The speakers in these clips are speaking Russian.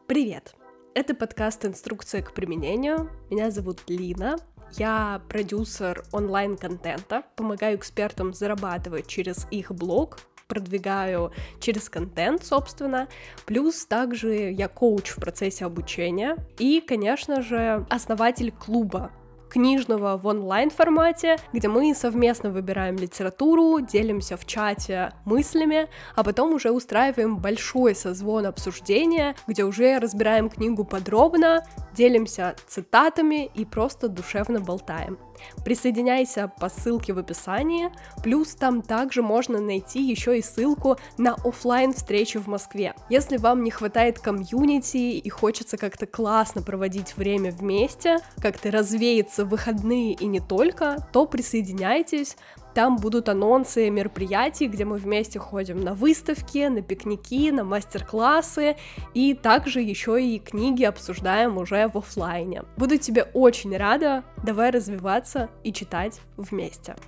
Привет! Это подкаст «Инструкция к применению». Меня зовут Лина. Я продюсер онлайн-контента, помогаю экспертам зарабатывать через их блог, продвигаю через контент, собственно. Плюс также я коуч в процессе обучения и, конечно же, основатель клуба книжного в онлайн-формате, где мы совместно выбираем литературу, делимся в чате мыслями, а потом уже устраиваем большой созвон обсуждения, где уже разбираем книгу подробно, делимся цитатами и просто душевно болтаем. Присоединяйся по ссылке в описании, плюс там также можно найти еще и ссылку на офлайн встречу в Москве. Если вам не хватает комьюнити и хочется как-то классно проводить время вместе, как-то развеяться в выходные и не только, то присоединяйтесь. Там будут анонсы мероприятий, где мы вместе ходим на выставки, на пикники, на мастер-классы, и также еще и книги обсуждаем уже в офлайне. Буду тебе очень рада, давай развиваться и читать вместе.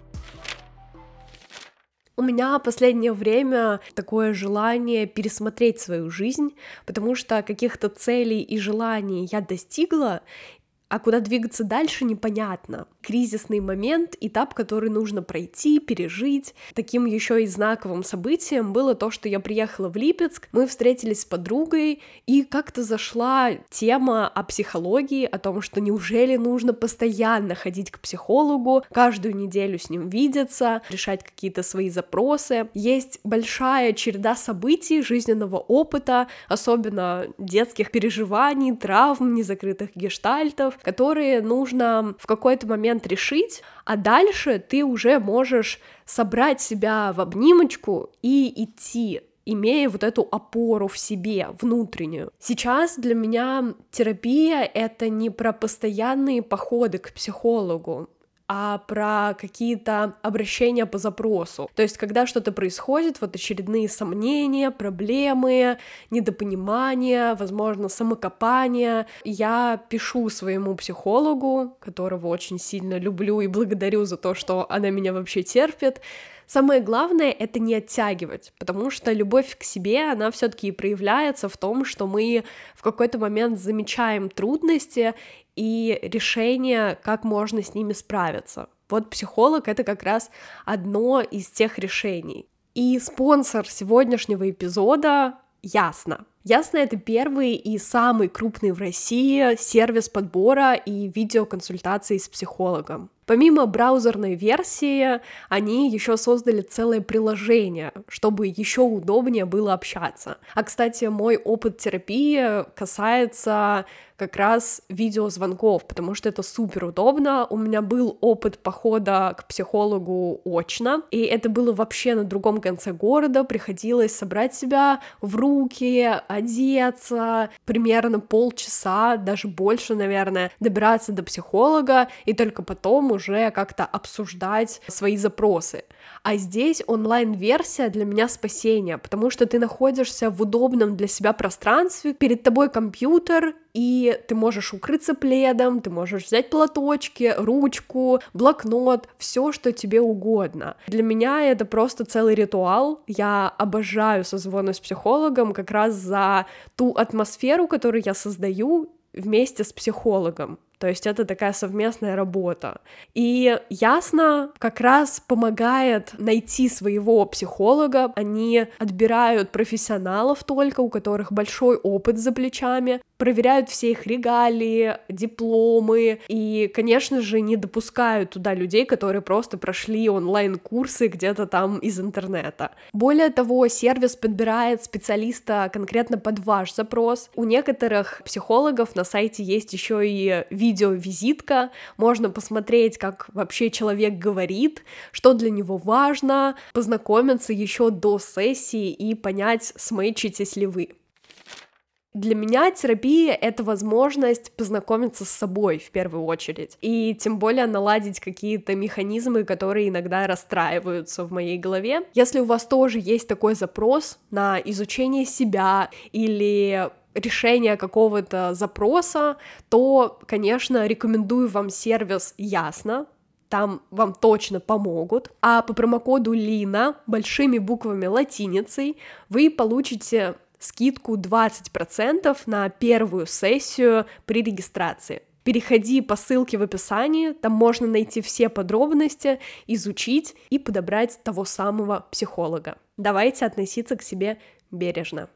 У меня последнее время такое желание пересмотреть свою жизнь, потому что каких-то целей и желаний я достигла, а куда двигаться дальше непонятно. Кризисный момент, этап, который нужно пройти, пережить. Таким еще и знаковым событием было то, что я приехала в Липецк, мы встретились с подругой, и как-то зашла тема о психологии, о том, что неужели нужно постоянно ходить к психологу, каждую неделю с ним видеться, решать какие-то свои запросы. Есть большая череда событий, жизненного опыта, особенно детских переживаний, травм, незакрытых гештальтов, которые нужно в какой-то момент решить, а дальше ты уже можешь собрать себя в обнимочку и идти, имея вот эту опору в себе, внутреннюю. Сейчас для меня терапия — это не про постоянные походы к психологу, а про какие-то обращения по запросу. То есть, когда что-то происходит, вот очередные сомнения, проблемы, недопонимания, возможно, самокопание, я пишу своему психологу, которого очень сильно люблю и благодарю за то, что она меня вообще терпит. Самое главное — это не оттягивать, потому что любовь к себе, она все-таки проявляется в том, что мы в какой-то момент замечаем трудности и решение, как можно с ними справиться. Вот психолог — это как раз одно из тех решений. И спонсор сегодняшнего эпизода — Ясно. Ясно — это первый и самый крупный в России сервис подбора и видеоконсультаций с психологом. Помимо браузерной версии, они еще создали целое приложение, чтобы еще удобнее было общаться. А, кстати, мой опыт терапии касается как раз видеозвонков, потому что это супер удобно. У меня был опыт похода к психологу очно, и это было вообще на другом конце города, приходилось собрать себя в руки, одеться, примерно полчаса, даже больше, наверное, добираться до психолога, и только потом уже как-то обсуждать свои запросы. А здесь онлайн-версия для меня спасение, потому что ты находишься в удобном для себя пространстве, перед тобой компьютер, и ты можешь укрыться пледом, ты можешь взять платочки, ручку, блокнот, все, что тебе угодно. Для меня это просто целый ритуал. Я обожаю созвоны с психологом как раз за ту атмосферу, которую я создаю вместе с психологом. То есть это такая совместная работа. И Ясно как раз помогает найти своего психолога. Они отбирают профессионалов только, у которых большой опыт за плечами, проверяют все их регалии, дипломы и, конечно же, не допускают туда людей, которые просто прошли онлайн-курсы где-то там из интернета. Более того, сервис подбирает специалиста конкретно под ваш запрос. У некоторых психологов на сайте есть еще и видеовизитка, можно посмотреть, как вообще человек говорит, что для него важно, познакомиться еще до сессии и понять, сметчитесь ли вы. Для меня терапия — это возможность познакомиться с собой в первую очередь, и тем более наладить какие-то механизмы, которые иногда расстраиваются в моей голове. Если у вас тоже есть такой запрос на изучение себя или решение какого-то запроса, то, конечно, рекомендую вам сервис Ясно. Там вам точно помогут. А по промокоду Лина большими буквами латиницей вы получите скидку 20% на первую сессию при регистрации. Переходи по ссылке в описании, там можно найти все подробности, изучить и подобрать того самого психолога. Давайте относиться к себе бережно.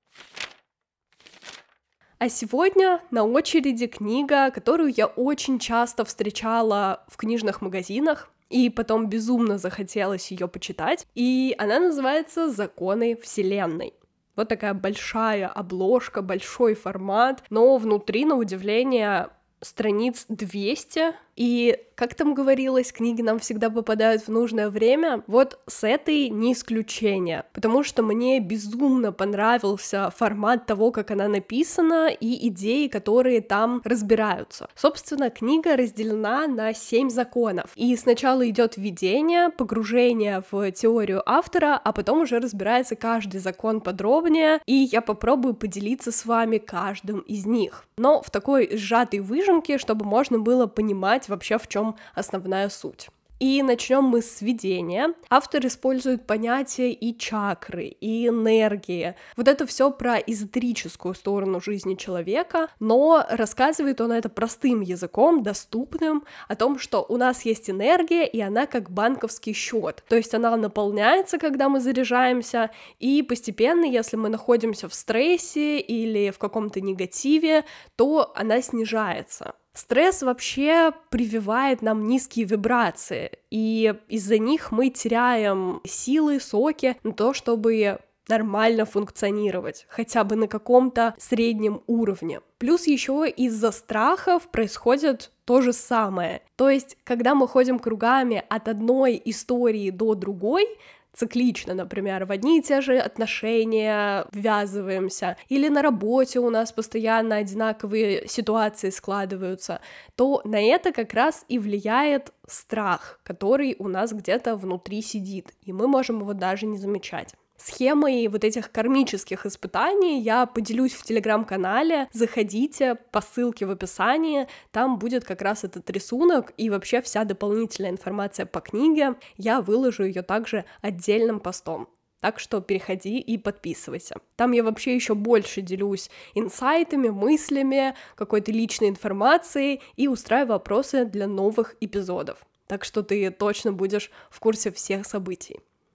А сегодня на очереди книга, которую я очень часто встречала в книжных магазинах, и потом безумно захотелось ее почитать, и она называется «Законы Вселенной». Вот такая большая обложка, большой формат, но внутри, на удивление, страниц 200, и, как там говорилось, книги нам всегда попадают в нужное время. Вот с этой не исключение, потому что мне безумно понравился формат того, как она написана, и идеи, которые там разбираются. Собственно, книга разделена на 7 законов, и сначала идет введение, погружение в теорию автора, а потом уже разбирается каждый закон подробнее, и я попробую поделиться с вами каждым из них. Но в такой сжатой выжимке, чтобы можно было понимать вообще, в чем основная суть. И начнем мы с введения. Автор использует понятия и чакры, и энергии. Вот это все про эзотерическую сторону жизни человека, но рассказывает он это простым языком, доступным, о том, что у нас есть энергия, и она как банковский счет. То есть она наполняется, когда мы заряжаемся, и постепенно, если мы находимся в стрессе или в каком-то негативе, то она снижается. Стресс вообще прививает нам низкие вибрации, и из-за них мы теряем силы, соки на то, чтобы нормально функционировать, хотя бы на каком-то среднем уровне. Плюс еще из-за страхов происходит то же самое. То есть, когда мы ходим кругами от одной истории до другой, циклично, например, в одни и те же отношения ввязываемся, или на работе у нас постоянно одинаковые ситуации складываются, то на это как раз и влияет страх, который у нас где-то внутри сидит, и мы можем его даже не замечать. Схемой вот этих кармических испытаний я поделюсь в телеграм-канале, заходите по ссылке в описании, там будет как раз этот рисунок и вообще вся дополнительная информация по книге, я выложу ее также отдельным постом. Так что переходи и подписывайся. Там я вообще еще больше делюсь инсайтами, мыслями, какой-то личной информацией и устраиваю опросы для новых эпизодов. Так что ты точно будешь в курсе всех событий.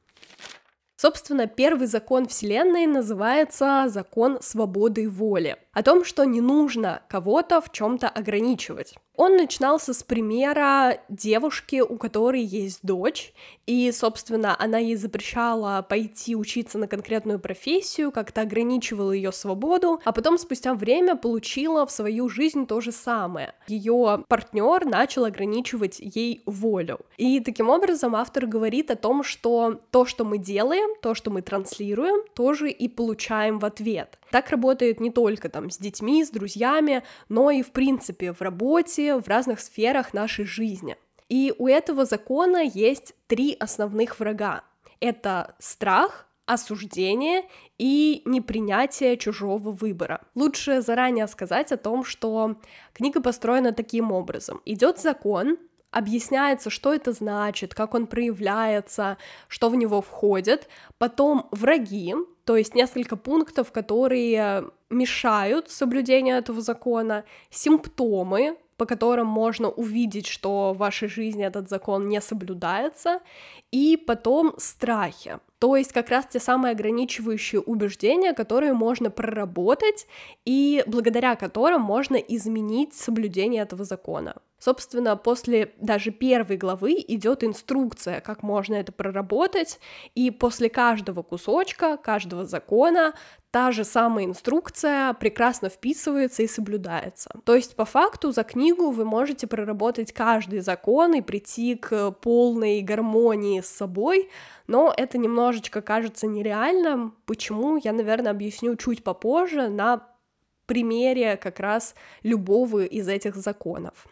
Собственно, первый закон Вселенной называется закон свободы воли, о том, что не нужно кого-то в чем-то ограничивать. Он начинался с примера девушки, у которой есть дочь, и, собственно, она ей запрещала пойти учиться на конкретную профессию, как-то ограничивала ее свободу, а потом спустя время получила в свою жизнь то же самое. Ее партнер начал ограничивать ей волю. И таким образом автор говорит о том, что то, что мы делаем, то, что мы транслируем, тоже и получаем в ответ. Так работает не только там с детьми, с друзьями, но и в принципе в работе, в разных сферах нашей жизни. И у этого закона есть 3 основных врага. Это страх, осуждение и непринятие чужого выбора. Лучше заранее сказать о том, что книга построена таким образом. Идет закон, объясняется, что это значит, как он проявляется, что в него входит, потом враги, то есть несколько пунктов, которые мешают соблюдению этого закона, симптомы, по которым можно увидеть, что в вашей жизни этот закон не соблюдается, и потом страхи, то есть как раз те самые ограничивающие убеждения, которые можно проработать и благодаря которым можно изменить соблюдение этого закона. Собственно, после даже первой главы идет инструкция, как можно это проработать, и после каждого кусочка, каждого закона та же самая инструкция прекрасно вписывается и соблюдается. То есть, по факту, за книгу вы можете проработать каждый закон и прийти к полной гармонии с собой, но это немножечко кажется нереальным. Почему? Я, наверное, объясню чуть попозже на примере как раз любого из этих законов.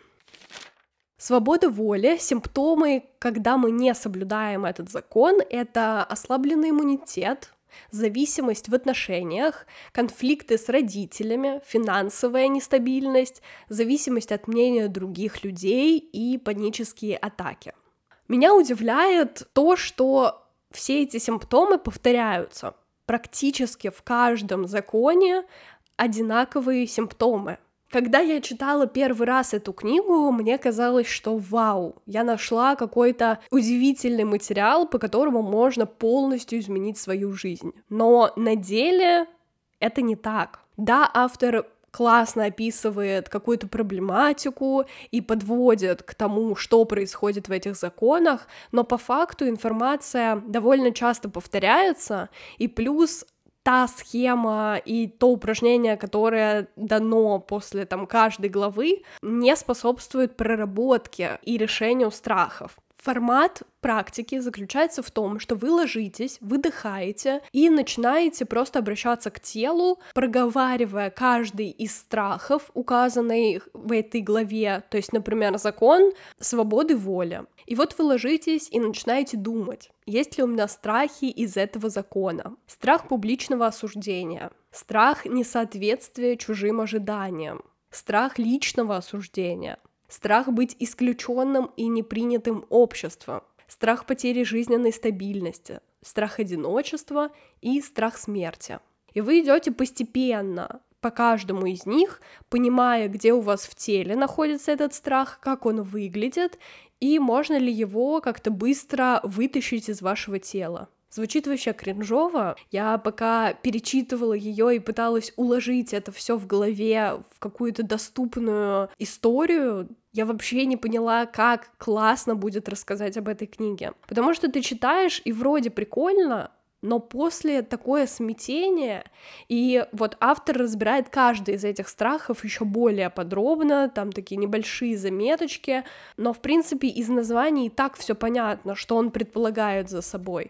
Свобода воли, симптомы, когда мы не соблюдаем этот закон, это ослабленный иммунитет, зависимость в отношениях, конфликты с родителями, финансовая нестабильность, зависимость от мнения других людей и панические атаки. Меня удивляет то, что все эти симптомы повторяются. практически в каждом законе одинаковые симптомы. Когда я читала первый раз эту книгу, мне казалось, что вау, я нашла какой-то удивительный материал, по которому можно полностью изменить свою жизнь. Но на деле это не так. Да, автор классно описывает какую-то проблематику и подводит к тому, что происходит в этих законах, но по факту информация довольно часто повторяется, и плюс та схема и то упражнение, которое дано после каждой главы, не способствует проработке и решению страхов. Формат практики заключается в том, что вы ложитесь, выдыхаете и начинаете просто обращаться к телу, проговаривая каждый из страхов, указанный в этой главе, то есть, например, закон свободы воли. И вот вы ложитесь и начинаете думать, есть ли у меня страхи из этого закона. Страх публичного осуждения, страх несоответствия чужим ожиданиям, страх личного осуждения, страх быть исключенным и непринятым обществом, страх потери жизненной стабильности, страх одиночества и страх смерти. И вы идете постепенно по каждому из них, понимая, где у вас в теле находится этот страх, как он выглядит, и можно ли его как-то быстро вытащить из вашего тела. Звучит вообще кринжово. Я пока перечитывала ее и пыталась уложить это все в голове в какую-то доступную историю, я вообще не поняла, как классно будет рассказать об этой книге. Потому что ты читаешь, и вроде прикольно, но после такое смятение, и вот автор разбирает каждый из этих страхов еще более подробно, там такие небольшие заметочки, но в принципе из названий и так все понятно, что он предполагает за собой.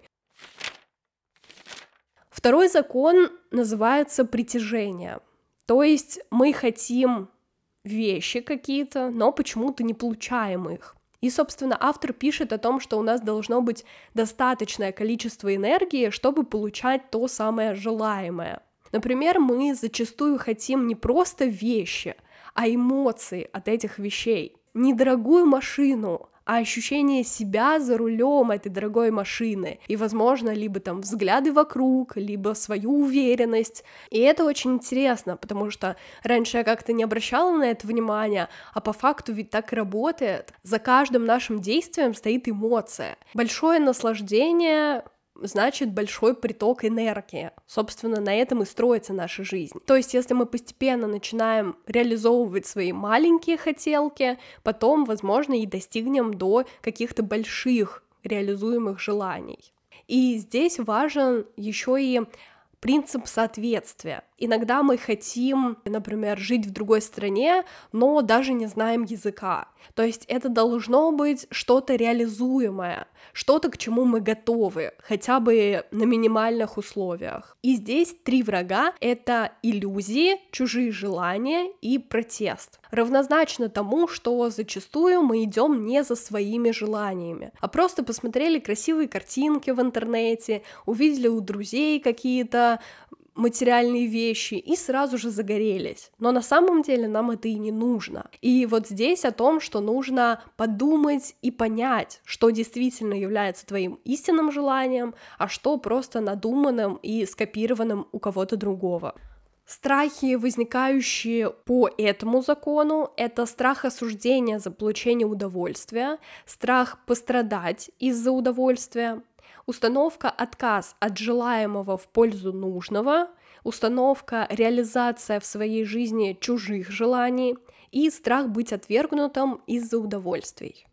Второй закон называется притяжение, то есть мы хотим вещи какие-то, но почему-то не получаем их. И, собственно, автор пишет о том, что у нас должно быть достаточное количество энергии, чтобы получать то самое желаемое. Например, мы зачастую хотим не просто вещи, а эмоции от этих вещей. Недорогую машину, а ощущение себя за рулем этой дорогой машины. И, возможно, либо взгляды вокруг, либо свою уверенность. И это очень интересно, потому что раньше я как-то не обращала на это внимания, а по факту ведь так и работает. За каждым нашим действием стоит эмоция. Большое наслаждение значит большой приток энергии. Собственно, на этом и строится наша жизнь. То есть, если мы постепенно начинаем реализовывать свои маленькие хотелки, потом, возможно, и достигнем до каких-то больших реализуемых желаний. И здесь важен еще и принцип соответствия. Иногда мы хотим, например, жить в другой стране, но даже не знаем языка. То есть это должно быть что-то реализуемое, что-то, к чему мы готовы, хотя бы на минимальных условиях. И здесь 3 врага — это иллюзии, чужие желания и протест. Равнозначно тому, что зачастую мы идем не за своими желаниями, а просто посмотрели красивые картинки в интернете, увидели у друзей какие-то материальные вещи и сразу же загорелись. Но на самом деле нам это и не нужно. И вот здесь о том, что нужно подумать и понять, что действительно является твоим истинным желанием, а что просто надуманным и скопированным у кого-то другого. Страхи, возникающие по этому закону, это страх осуждения за получение удовольствия, страх пострадать из-за удовольствия, установка отказ от желаемого в пользу нужного, установка реализация в своей жизни чужих желаний и страх быть отвергнутым из-за удовольствий.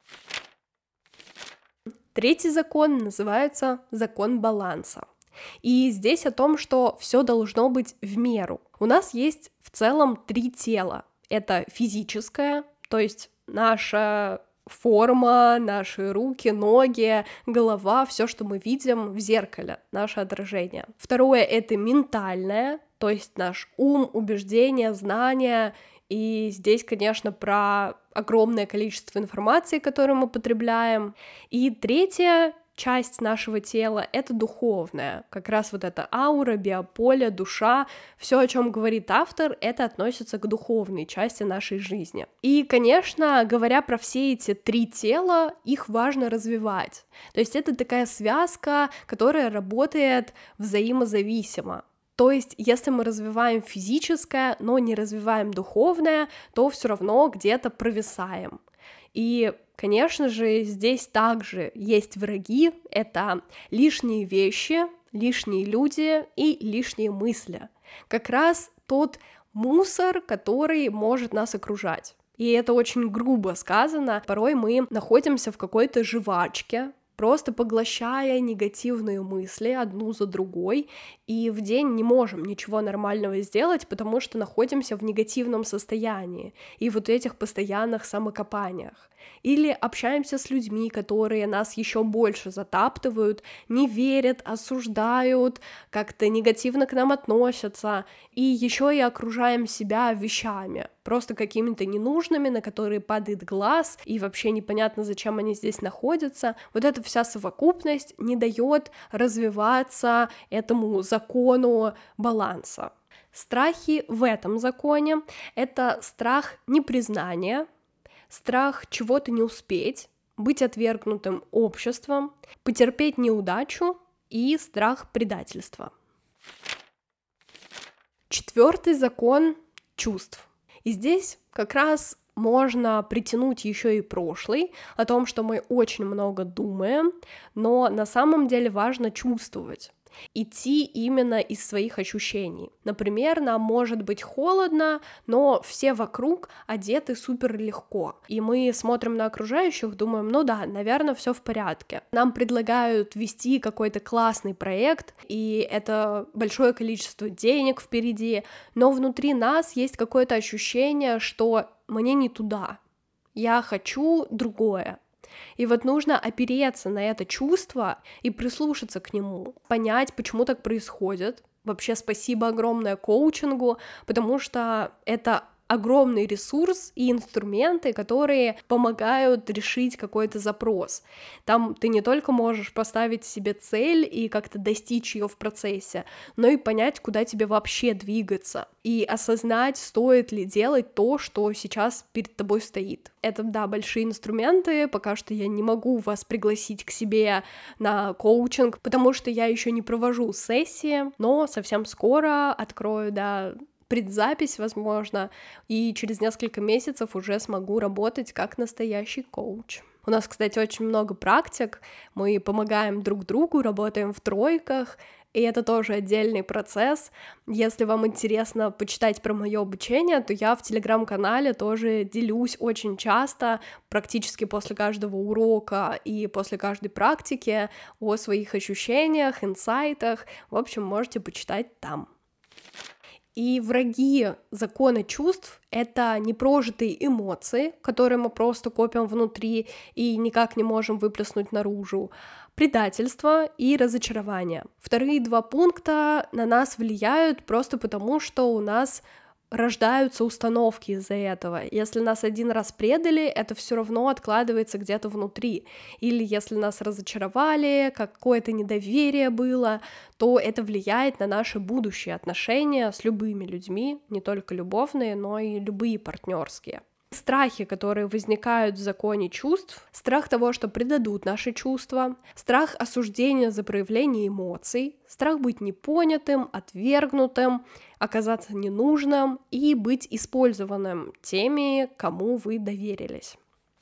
Третий закон называется закон баланса. И здесь о том, что все должно быть в меру. У нас есть в целом 3 тела. Это физическое, то есть наша форма, наши руки, ноги, голова, все, что мы видим в зеркале, наше отражение. Второе — это ментальное, то есть наш ум, убеждения, знания. И здесь, конечно, про огромное количество информации, которую мы потребляем. И третье часть нашего тела — это духовная. Как раз вот эта аура, биополе, душа, все, о чем говорит автор, это относится к духовной части нашей жизни. И, конечно, говоря про все эти 3 тела, их важно развивать. То есть это такая связка, которая работает взаимозависимо. То есть, если мы развиваем физическое, но не развиваем духовное, то все равно где-то провисаем. И, конечно же, здесь также есть враги, это лишние вещи, лишние люди и лишние мысли. Как раз тот мусор, который может нас окружать. И это очень грубо сказано. Порой мы находимся в какой-то жвачке, просто поглощая негативные мысли одну за другой, и в день не можем ничего нормального сделать, потому что находимся в негативном состоянии и вот этих постоянных самокопаниях. Или общаемся с людьми, которые нас еще больше затаптывают, не верят, осуждают, как-то негативно к нам относятся, и еще и окружаем себя вещами, просто какими-то ненужными, на которые падает глаз, и вообще непонятно, зачем они здесь находятся. Вот эта вся совокупность не дает развиваться этому закону баланса. Страхи в этом законе — это страх непризнания, страх чего-то не успеть, быть отвергнутым обществом, потерпеть неудачу и страх предательства. 4-й закон чувств. И здесь как раз можно притянуть еще и прошлый, о том, что мы очень много думаем, но на самом деле важно чувствовать. Идти именно из своих ощущений. Например, нам может быть холодно, но все вокруг одеты супер легко, и мы смотрим на окружающих, думаем, ну да, наверное, все в порядке. Нам предлагают вести какой-то классный проект, и это большое количество денег впереди, но внутри нас есть какое-то ощущение, что мне не туда, я хочу другое. И вот нужно опереться на это чувство и прислушаться к нему, понять, почему так происходит. Вообще спасибо огромное коучингу, потому что это огромный ресурс и инструменты, которые помогают решить какой-то запрос. Там ты не только можешь поставить себе цель и как-то достичь ее в процессе, но и понять, куда тебе вообще двигаться, и осознать, стоит ли делать то, что сейчас перед тобой стоит. Это, да, большие инструменты, пока что я не могу вас пригласить к себе на коучинг, потому что я еще не провожу сессии, но совсем скоро открою, да, предзапись, возможно, и через несколько месяцев уже смогу работать как настоящий коуч. У нас, кстати, очень много практик, мы помогаем друг другу, работаем в тройках, и это тоже отдельный процесс. Если вам интересно почитать про мое обучение, то я в Телеграм-канале тоже делюсь очень часто, практически после каждого урока и после каждой практики, о своих ощущениях, инсайтах. В общем, можете почитать там. И враги закона чувств — это непрожитые эмоции, которые мы просто копим внутри и никак не можем выплеснуть наружу, предательство и разочарование. Вторые 2 пункта на нас влияют просто потому, что у нас рождаются установки из-за этого. Если нас один раз предали, это все равно откладывается где-то внутри. Или если нас разочаровали, какое-то недоверие было, то это влияет на наши будущие отношения с любыми людьми, не только любовные, но и любые партнерские. Страхи, которые возникают в законе чувств, страх того, что предадут наши чувства, страх осуждения за проявление эмоций, страх быть непонятым, отвергнутым, оказаться ненужным и быть использованным теми, кому вы доверились.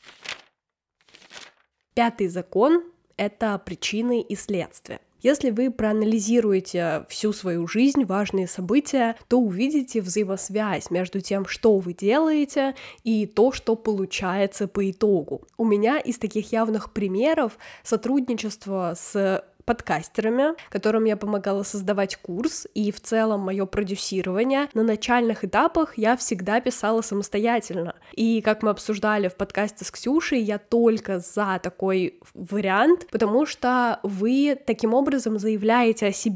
5-й закон — это причины и следствия. Если вы проанализируете всю свою жизнь, важные события, то увидите взаимосвязь между тем, что вы делаете, и то, что получается по итогу. У меня из таких явных примеров сотрудничество с подкастерами, которым я помогала создавать курс, и в целом мое продюсирование. На начальных этапах я всегда писала самостоятельно. И как мы обсуждали в подкасте с Ксюшей, я только за такой вариант, потому что вы таким образом заявляете о себе.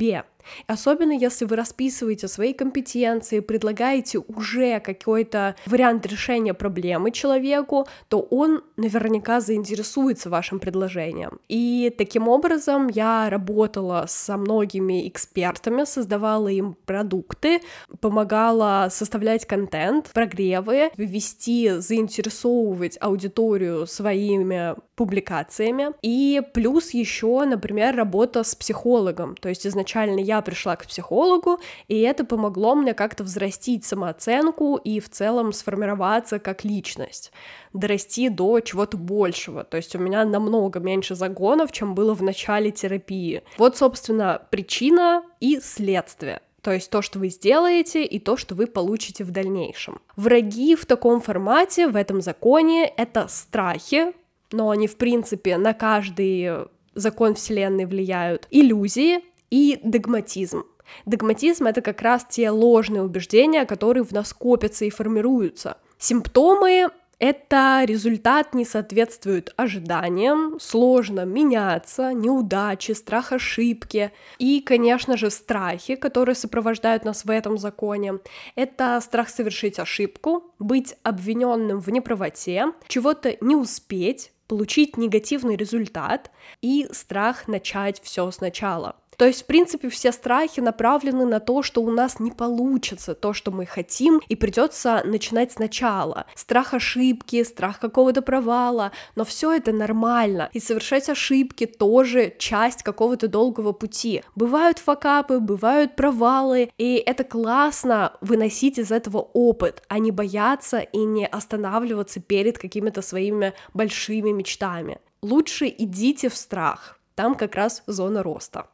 Особенно если вы расписываете свои компетенции, предлагаете уже какой-то вариант решения проблемы человеку, то он наверняка заинтересуется вашим предложением. И таким образом я работала со многими экспертами, создавала им продукты, помогала составлять контент, прогревы, ввести, заинтересовывать аудиторию своими публикациями. И плюс еще, например, работа с психологом. То есть изначально я пришла к психологу, и это помогло мне как-то взрастить самооценку и в целом сформироваться как личность, дорасти до чего-то большего. То есть у меня намного меньше загонов, чем было в начале терапии. Вот, собственно, причина и следствие. То есть то, что вы сделаете, и то, что вы получите в дальнейшем. Враги в таком формате, в этом законе, это страхи, но они, в принципе, на каждый закон Вселенной влияют, иллюзии и догматизм. Догматизм — это как раз те ложные убеждения, которые в нас копятся и формируются. Симптомы — это результат не соответствует ожиданиям, сложно меняться, неудачи, страх ошибки. И, конечно же, страхи, которые сопровождают нас в этом законе. Это страх совершить ошибку, быть обвиненным в неправоте, чего-то не успеть, получить негативный результат и страх начать все сначала. То есть, в принципе, все страхи направлены на то, что у нас не получится то, что мы хотим, и придется начинать сначала. Страх ошибки, страх какого-то провала, но все это нормально. И совершать ошибки тоже часть какого-то долгого пути. Бывают факапы, бывают провалы, и это классно выносить из этого опыт, а не бояться и не останавливаться перед какими-то своими большими мечтами. Лучше идите в страх, там как раз зона роста.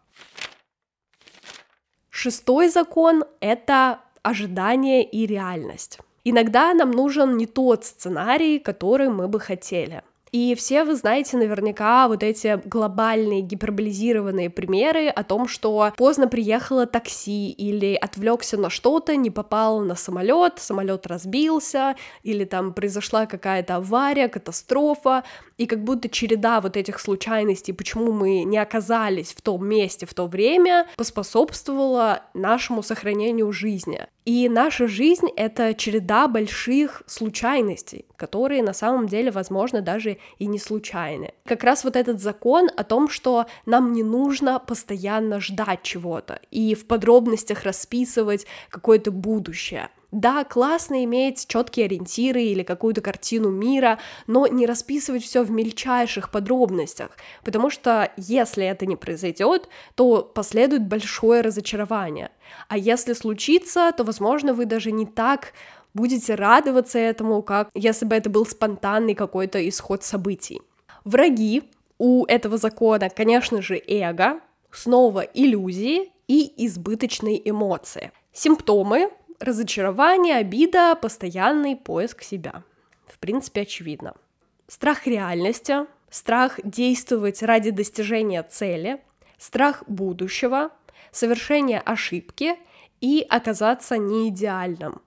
6-й закон — это ожидание и реальность. Иногда нам нужен не тот сценарий, который мы бы хотели. И все вы знаете наверняка вот эти глобальные гиперболизированные примеры о том, что поздно приехало такси или отвлекся на что-то, не попал на самолет разбился, или там произошла какая-то авария, катастрофа, и как будто череда вот этих случайностей, почему мы не оказались в том месте в то время, поспособствовала нашему сохранению жизни. И наша жизнь — это череда больших случайностей, которые на самом деле, возможно, даже и не случайны. Как раз вот этот закон о том, что нам не нужно постоянно ждать чего-то и в подробностях расписывать какое-то будущее. Да, классно иметь четкие ориентиры или какую-то картину мира, но не расписывать все в мельчайших подробностях, потому что если это не произойдет, то последует большое разочарование. А если случится, то, возможно, вы даже не так будете радоваться этому, как если бы это был спонтанный какой-то исход событий. Враги у этого закона, конечно же, эго, снова иллюзии и избыточные эмоции. Симптомы — разочарование, обида, постоянный поиск себя. В принципе, очевидно. Страх реальности, страх действовать ради достижения цели, страх будущего, совершение ошибки и оказаться неидеальным.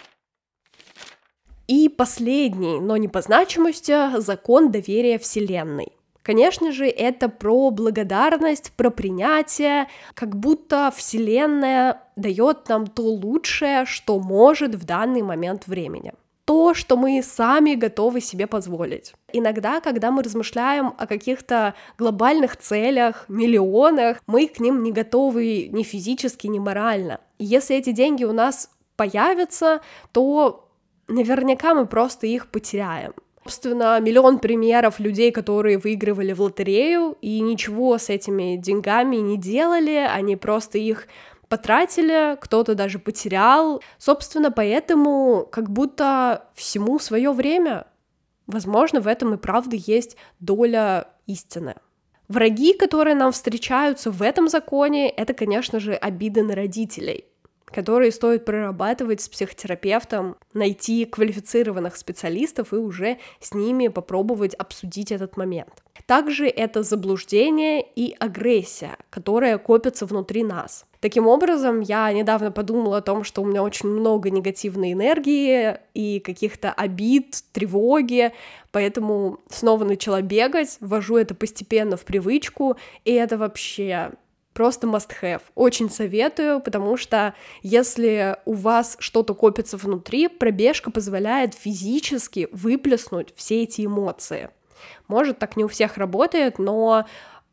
И последний, но не по значимости, закон доверия Вселенной. Конечно же, это про благодарность, про принятие, как будто Вселенная дает нам то лучшее, что может в данный момент времени. То, что мы сами готовы себе позволить. Иногда, когда мы размышляем о каких-то глобальных целях, миллионах, мы к ним не готовы ни физически, ни морально. И если эти деньги у нас появятся, то наверняка мы просто их потеряем. Собственно, миллион примеров людей, которые выигрывали в лотерею и ничего с этими деньгами не делали, они просто их потратили, кто-то даже потерял. Собственно, поэтому как будто всему свое время. Возможно, в этом и правда есть доля истины. Враги, которые нам встречаются в этом законе, это, конечно же, обиды на родителей, которые стоит прорабатывать с психотерапевтом, найти квалифицированных специалистов и уже с ними попробовать обсудить этот момент. Также это заблуждение и агрессия, которая копится внутри нас. Таким образом, я недавно подумала о том, что у меня очень много негативной энергии и каких-то обид, тревоги, поэтому снова начала бегать, ввожу это постепенно в привычку, и это вообще просто must have. Очень советую, потому что если у вас что-то копится внутри, пробежка позволяет физически выплеснуть все эти эмоции. Может, так не у всех работает, но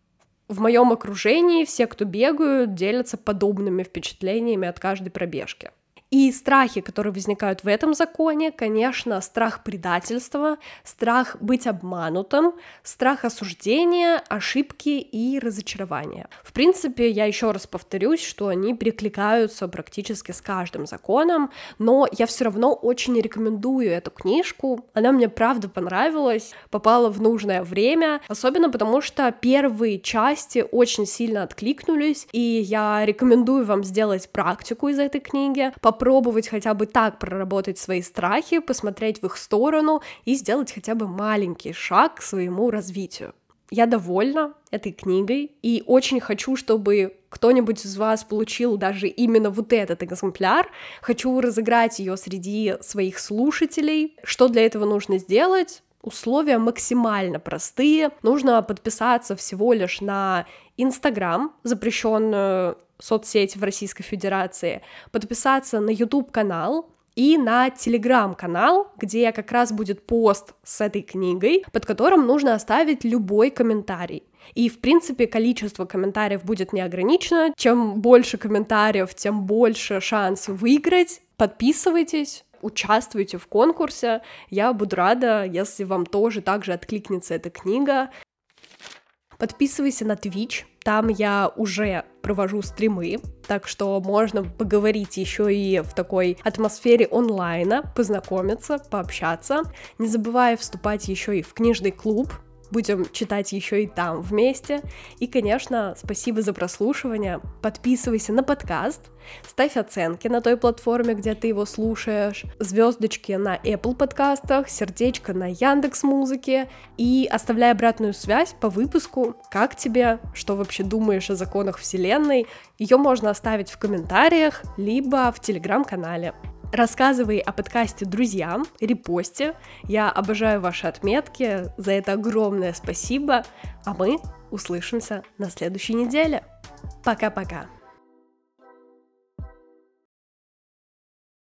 в моем окружении все, кто бегают, делятся подобными впечатлениями от каждой пробежки. И страхи, которые возникают в этом законе, конечно, страх предательства, страх быть обманутым, страх осуждения, ошибки и разочарования. В принципе, я еще раз повторюсь, что они перекликаются практически с каждым законом, но я все равно очень рекомендую эту книжку. Она мне правда понравилась, попала в нужное время, особенно потому что первые части очень сильно откликнулись, и я рекомендую вам сделать практику из этой книги, попробовать хотя бы так проработать свои страхи, посмотреть в их сторону и сделать хотя бы маленький шаг к своему развитию. Я довольна этой книгой и очень хочу, чтобы кто-нибудь из вас получил даже именно вот этот экземпляр. Хочу разыграть ее среди своих слушателей. Что для этого нужно сделать? Условия максимально простые. Нужно подписаться всего лишь на Instagram, запрещенную соцсеть в Российской Федерации, подписаться на YouTube-канал и на Telegram-канал, где как раз будет пост с этой книгой, под которым нужно оставить любой комментарий. И, в принципе, количество комментариев будет неограничено. Чем больше комментариев, тем больше шанс выиграть. Подписывайтесь, участвуйте в конкурсе. Я буду рада, если вам тоже так же откликнется эта книга. Подписывайся на Twitch, там я уже провожу стримы, так что можно поговорить еще и в такой атмосфере онлайна, познакомиться, пообщаться. Не забывай вступать еще и в книжный клуб, будем читать еще и там вместе. И, конечно, спасибо за прослушивание. Подписывайся на подкаст, ставь оценки на той платформе, где ты его слушаешь, звездочки на Apple подкастах, сердечко на Яндекс.Музыке и оставляй обратную связь по выпуску, как тебе, что вообще думаешь о законах Вселенной. Ее можно оставить в комментариях, либо в Телеграм-канале. Рассказывай о подкасте друзьям, репости. Я обожаю ваши отметки, за это огромное спасибо. А мы услышимся на следующей неделе. Пока-пока.